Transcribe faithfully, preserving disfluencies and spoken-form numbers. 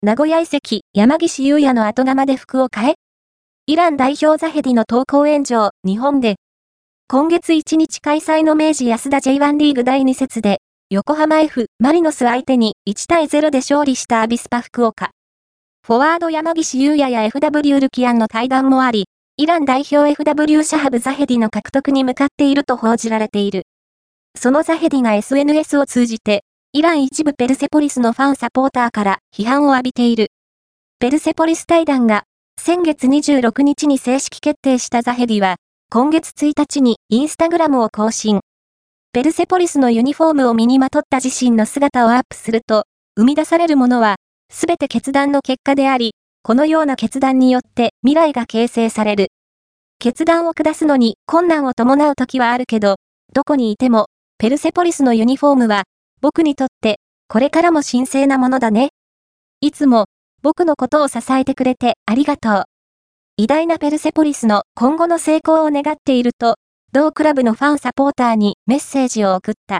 名古屋移籍、山岸優也の後釜で服を変え？イラン代表ザヘディの投稿炎上、日本で。今月いちにち開催の明治安田 ジェイワン リーグだいに節で、横浜 F・ マリノス相手にいちたいゼロで勝利したアビスパ福岡。フォワード山岸優也や エフダブリュー ルキアンの対談もあり、イラン代表 エフダブリュー シャハブザヘディの獲得に向かっていると報じられている。そのザヘディが エスエヌエス を通じて、イラン一部ペルセポリスのファンサポーターから批判を浴びている。ペルセポリス対談が先月にじゅうろくにちに正式決定したザヘディは、今月ついたちにインスタグラムを更新。ペルセポリスのユニフォームを身にまとった自身の姿をアップすると、生み出されるものは、すべて決断の結果であり、このような決断によって未来が形成される。決断を下すのに困難を伴う時はあるけど、どこにいても、ペルセポリスのユニフォームは、僕にとって、これからも神聖なものだね。いつも、僕のことを支えてくれてありがとう。偉大なペルセポリスの今後の成功を願っていると、同クラブのファンサポーターにメッセージを送った。